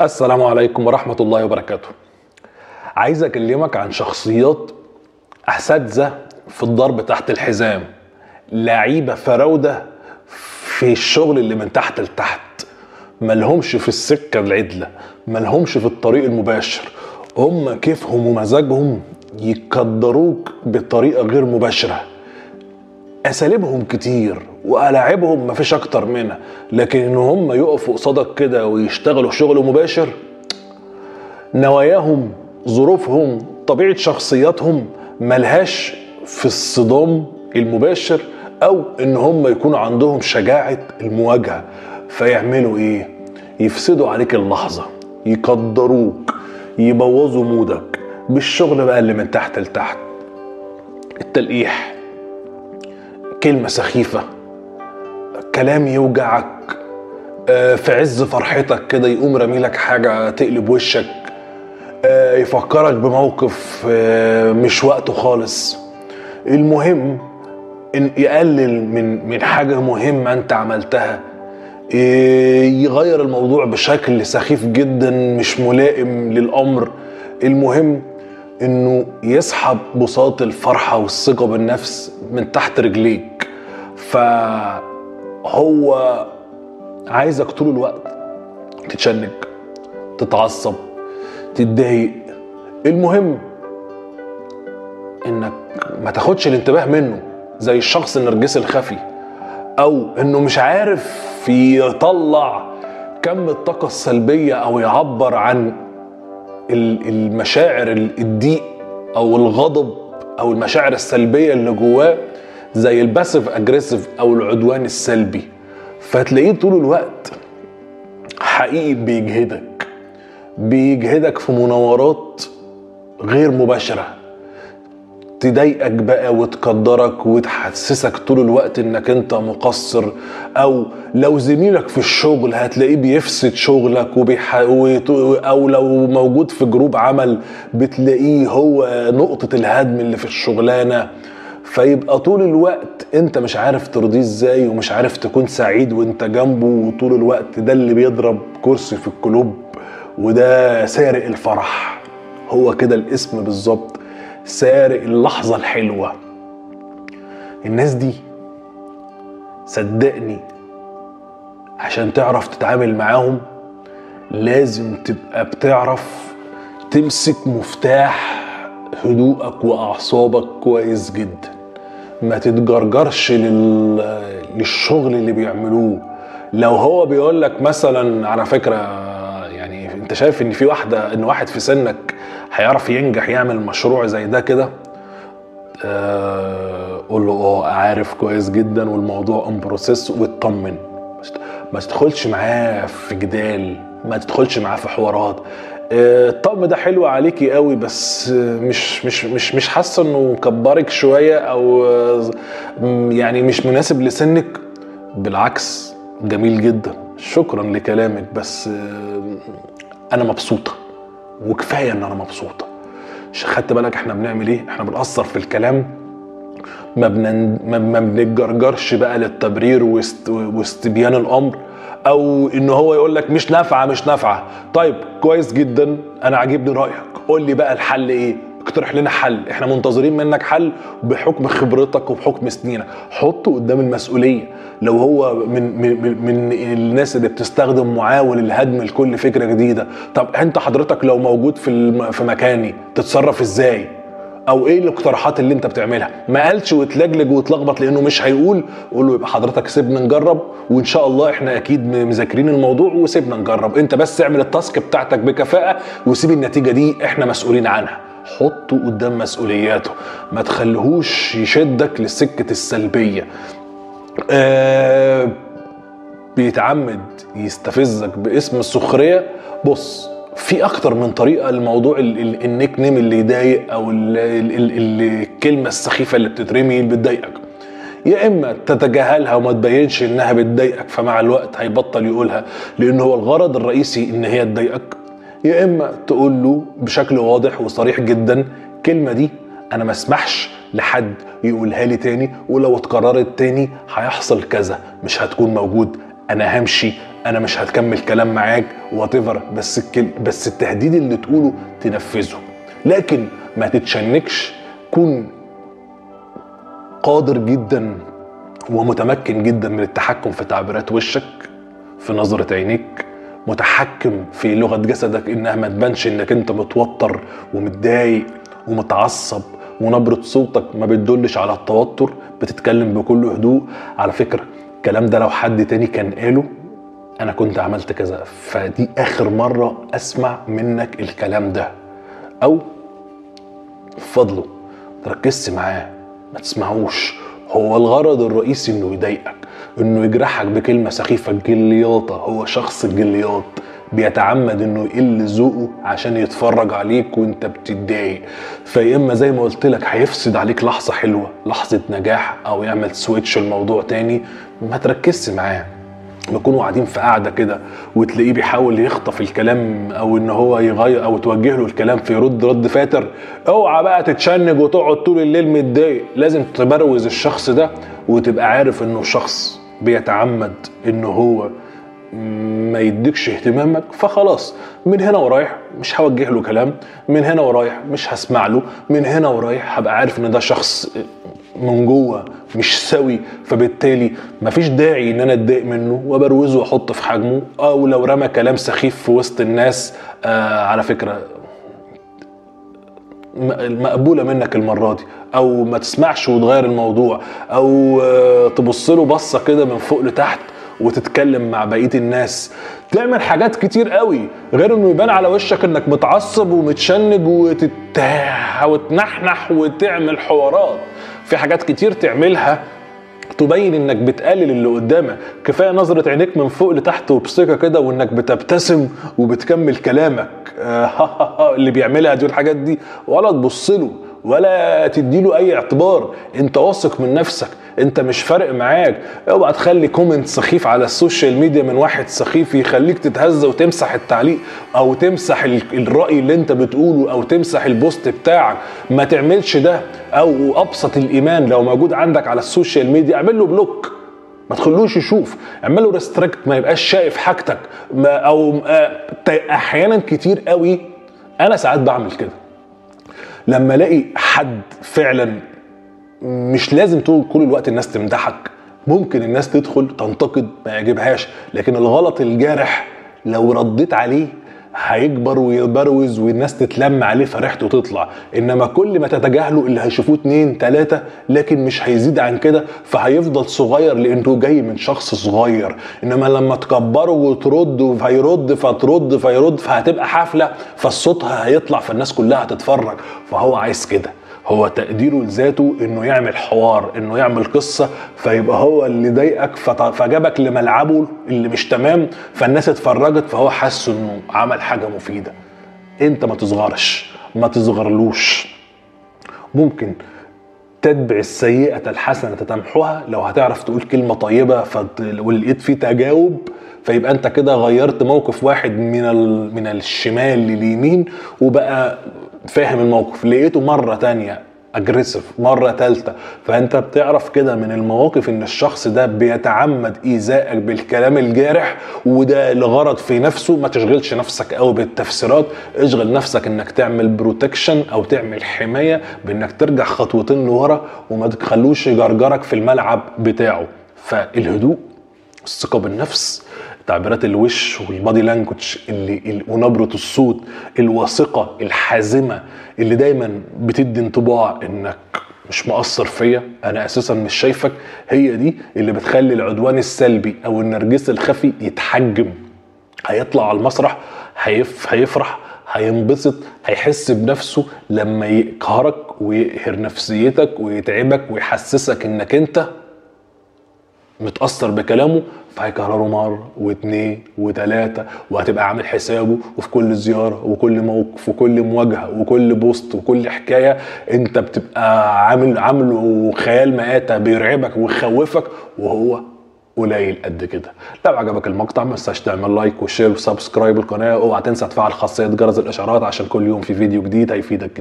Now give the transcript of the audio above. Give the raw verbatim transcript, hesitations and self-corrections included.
السلام عليكم ورحمة الله وبركاته. عايز أكلمك عن شخصيات أساتذة في الضرب تحت الحزام، لعيبة فراودة في الشغل اللي من تحت لتحت، ملهمش في السكة العدلة، ملهمش في الطريق المباشر، هم كيفهم ومزاجهم يقدروك بطريقة غير مباشرة. أساليبهم كتير وألاعبهم مفيش أكتر منها، لكن إن هم يقفوا قصادك كده ويشتغلوا شغل مباشر، نواياهم، ظروفهم، طبيعة شخصياتهم ملهاش في الصدام المباشر أو إن هم يكونوا عندهم شجاعة المواجهة. فيعملوا إيه؟ يفسدوا عليك اللحظة، يقدروك، يبوظوا مودك بالشغل بقى اللي من تحت لتحت. التلقيح، كلمة سخيفة، كلام يوجعك، في عز فرحتك كده يقوم رميلك حاجة تقلب وشك، يفكرك بموقف مش وقته خالص. المهم إن يقلل من من حاجة مهمة انت عملتها، يغير الموضوع بشكل سخيف جدا مش ملائم للأمر. المهم انه يسحب بساط الفرحة والثقة بالنفس من تحت رجليك. فهو عايزك طول الوقت تتشنج، تتعصب، تتضايق. المهم انك ما تاخدش الانتباه منه زي الشخص النرجسي الخفي، او انه مش عارف يطلع كم الطاقة السلبية او يعبر عن المشاعر الضيق او الغضب او المشاعر السلبية اللي جواه زي الباسيف اجريسيف او العدوان السلبي. فتلاقيه طول الوقت حقيقي بيجهدك بيجهدك في مناورات غير مباشرة، تضايقك بقى وتقدرك وتحسسك طول الوقت انك انت مقصر. او لو زميلك في الشغل هتلاقيه بيفسد شغلك وبيح... او لو موجود في جروب عمل بتلاقيه هو نقطة الهدم اللي في الشغلانة. فيبقى طول الوقت انت مش عارف ترضيه ازاي ومش عارف تكون سعيد وانت جنبه، وطول الوقت ده اللي بيضرب كرسي في القلوب وده سارق الفرح. هو كده الاسم بالظبط، سارق اللحظة الحلوة. الناس دي صدقني عشان تعرف تتعامل معاهم لازم تبقى بتعرف تمسك مفتاح هدوءك وأعصابك كويس جدا. ما تتجرجرش لل... للشغل اللي بيعملوه. لو هو بيقولك مثلا على فكرة يعني انت شايف ان في واحدة ان واحد في سنك هيعرف ينجح يعمل مشروع زي ده كده، آه قول له اه عارف كويس جدا والموضوع ان بروسيس واطمن. ما تدخلش معاه في جدال، ما تدخلش معاه في حوارات. آه الطقم ده حلو عليكي قوي بس مش مش مش مش حاسه انه كبرك شويه او يعني مش مناسب لسنك. بالعكس جميل جدا، شكرا لكلامك بس آه انا مبسوطه وكفايه ان انا مبسوطه. خدت بالك احنا بنعمل ايه؟ احنا بنأثر في الكلام، ما بنن... ما بنتجرجرش بقى للتبرير واست... واستبيان الامر، او ان هو يقول لك مش نافعه مش نافعه. طيب كويس جدا، انا عاجبني رايك، قول لي بقى الحل ايه؟ اقترح لنا حل، احنا منتظرين منك حل بحكم خبرتك وبحكم سنينك. حطه قدام المسؤوليه. لو هو من من من الناس اللي بتستخدم معاول الهدم لكل فكره جديده، طب انت حضرتك لو موجود في الم... في مكاني تتصرف ازاي؟ او ايه الاقتراحات اللي انت بتعملها؟ ما قالش وتلجلج وتلخبط لانه مش هيقول. قول له يبقى حضرتك سيبنا نجرب وان شاء الله احنا اكيد مذاكرين الموضوع وسيبنا نجرب، انت بس اعمل التاسك بتاعتك بكفاءه وسيب النتيجه دي احنا مسؤولين عنها. حطه قدام مسؤولياته، ما تخليهوش يشدك لسكه السلبيه. آه بيتعمد يستفزك باسم السخريه. بص، في اكتر من طريقه للموضوع النيك نيم اللي يضايق او ال ال الكلمه السخيفه اللي بتترمي اللي بتضايقك. يا اما تتجاهلها وما تبينش انها بتضايقك فمع الوقت هيبطل يقولها لان هو الغرض الرئيسي ان هي تضايقك، يا اما تقول له بشكل واضح وصريح جدا الكلمه دي انا ما اسمحش لحد يقولها لي تاني، ولو اتكررت تاني هيحصل كذا، مش هتكون موجود، انا همشي، انا مش هتكمل كلام معاك واتيفر، بس الكل... بس التهديد اللي تقوله تنفذه، لكن ما تتشنكش. كون قادر جدا ومتمكن جدا من التحكم في تعبيرات وشك، في نظرة عينيك، متحكم في لغة جسدك انها ما تبانش انك انت متوتر ومتضايق ومتعصب، ونبرة صوتك ما بتدلش على التوتر، بتتكلم بكل هدوء. على فكرة الكلام ده لو حد تاني كان قاله انا كنت عملت كذا، فدي اخر مرة اسمع منك الكلام ده، او فضله تركزش معاه ما تسمعوش. هو الغرض الرئيسي انه يضايقك، انه يجرحك بكلمة سخيفة. الجلياطة، هو شخص الجلياط بيتعمد انه يقل ذوقه عشان يتفرج عليك وانت بتتضايق، فيا اما زي ما قلت لك هيفسد عليك لحظة حلوة، لحظة نجاح، او يعمل سويتش الموضوع تاني. ما تركزش معاه. بيكونوا قاعدين في قاعده كده وتلاقيه بيحاول يخطف الكلام، او ان هو يغير او توجه له الكلام فيرد رد فاتر، اوعى بقى تتشنج وتقعد طول الليل متضايق. لازم تبروز الشخص ده وتبقى عارف انه شخص بيتعمد انه هو ما يديكش اهتمامك، فخلاص من هنا ورايح مش هوجه له كلام، من هنا ورايح مش هسمع له، من هنا ورايح هبقى عارف ان ده شخص من جوه مش سوي، فبالتالي مفيش داعي ان انا اتضايق منه وابروزه واحطه في حجمه. او لو رمى كلام سخيف في وسط الناس، آه على فكره مقبوله منك المره دي، او ما تسمعش وتغير الموضوع، او آه تبص له بصه كده من فوق لتحت وتتكلم مع بقيه الناس. تعمل حاجات كتير قوي غير انه يبان على وشك انك متعصب ومتشنج وتتاه وتنحنح وتعمل حوارات. في حاجات كتير تعملها تبين انك بتقلل اللي قدامك. كفايه نظره عينيك من فوق لتحت وبثقه كده، وانك بتبتسم وبتكمل كلامك. اللي بيعملها دي الحاجات دي ولا تبص له ولا تديله اي اعتبار. انت واثق من نفسك، انت مش فارق معاك. اوعى تخلي كومنت سخيف على السوشيال ميديا من واحد سخيف يخليك تتهز وتمسح التعليق، او تمسح الرأي اللي انت بتقوله، او تمسح البوست بتاعك. ما تعملش ده. او ابسط الايمان لو موجود عندك على السوشيال ميديا اعمل له بلوك، ما تخلوش يشوف، اعمل له ريستريكت، ما يبقاش شايف حاجتك. او احيانا كتير قوي انا ساعات بعمل كده لما الاقي حد فعلا مش لازم طول كل الوقت الناس تمدحك، ممكن الناس تدخل تنتقد ما يعجبهاش، لكن الغلط الجارح لو رديت عليه هيكبر ويبروز والناس تتلم عليه فريحته تطلع. انما كل ما تتجاهله اللي هيشوفوه اتنين تلاتة، لكن مش هيزيد عن كده، فهيفضل صغير لانه جاي من شخص صغير. انما لما تكبره وترد فيرد فترد فيرد فهتبقى حفلة، فالصوتها هيطلع فالناس كلها هتتفرج. فهو عايز كده، هو تقديره لذاته انه يعمل حوار، انه يعمل قصة، فيبقى هو اللي ضايقك فجابك لملعبه اللي مش تمام، فالناس اتفرجت فهو حس انه عمل حاجة مفيدة. انت ما تصغرش، ما تصغرلوش. ممكن تتبع السيئة الحسنة تمحوها لو هتعرف تقول كلمة طيبة ولقيت فيه تجاوب، فيبقى انت كده غيرت موقف واحد من من الشمال لليمين وبقى فاهم الموقف. لقيته مرة تانية اجريسيف، مرة تالتة، فانت بتعرف كده من المواقف ان الشخص ده بيتعمد ايذائك بالكلام الجارح، وده لغرض في نفسه. ما تشغلش نفسك قوي بالتفسيرات، اشغل نفسك انك تعمل بروتكشن او تعمل حماية بانك ترجع خطوتين لورا وما تخلوش يجرجرك في الملعب بتاعه. فالهدوء، الثقة بالنفس، تعبيرات الوش والبادي لانجوج اللي ونبرة الصوت الواثقة الحازمة اللي دايما بتدي انطباع انك مش مقصر فيا، انا اساسا مش شايفك، هي دي اللي بتخلي العدوان السلبي او النرجس الخفي يتحجم. هيطلع على المسرح، هيف هيفرح، هينبسط، هيحس بنفسه لما يقهرك ويقهر نفسيتك ويتعبك ويحسسك انك انت متأثر بكلامه، فهيكرره مرة واثنين وثلاثة، وهتبقى عامل حسابه. وفي كل زيارة وكل موقف وكل مواجهة وكل بوست وكل حكاية انت بتبقى عامل عامله خيال مآتة بيرعبك ويخوفك، وهو قليل قد كده. لو عجبك المقطع ما تنساش تعمل لايك وشير وسبسكرايب القناة، واوعى تنسى تفعل خاصية جرس الاشعارات عشان كل يوم في فيديو جديد هيفيدك.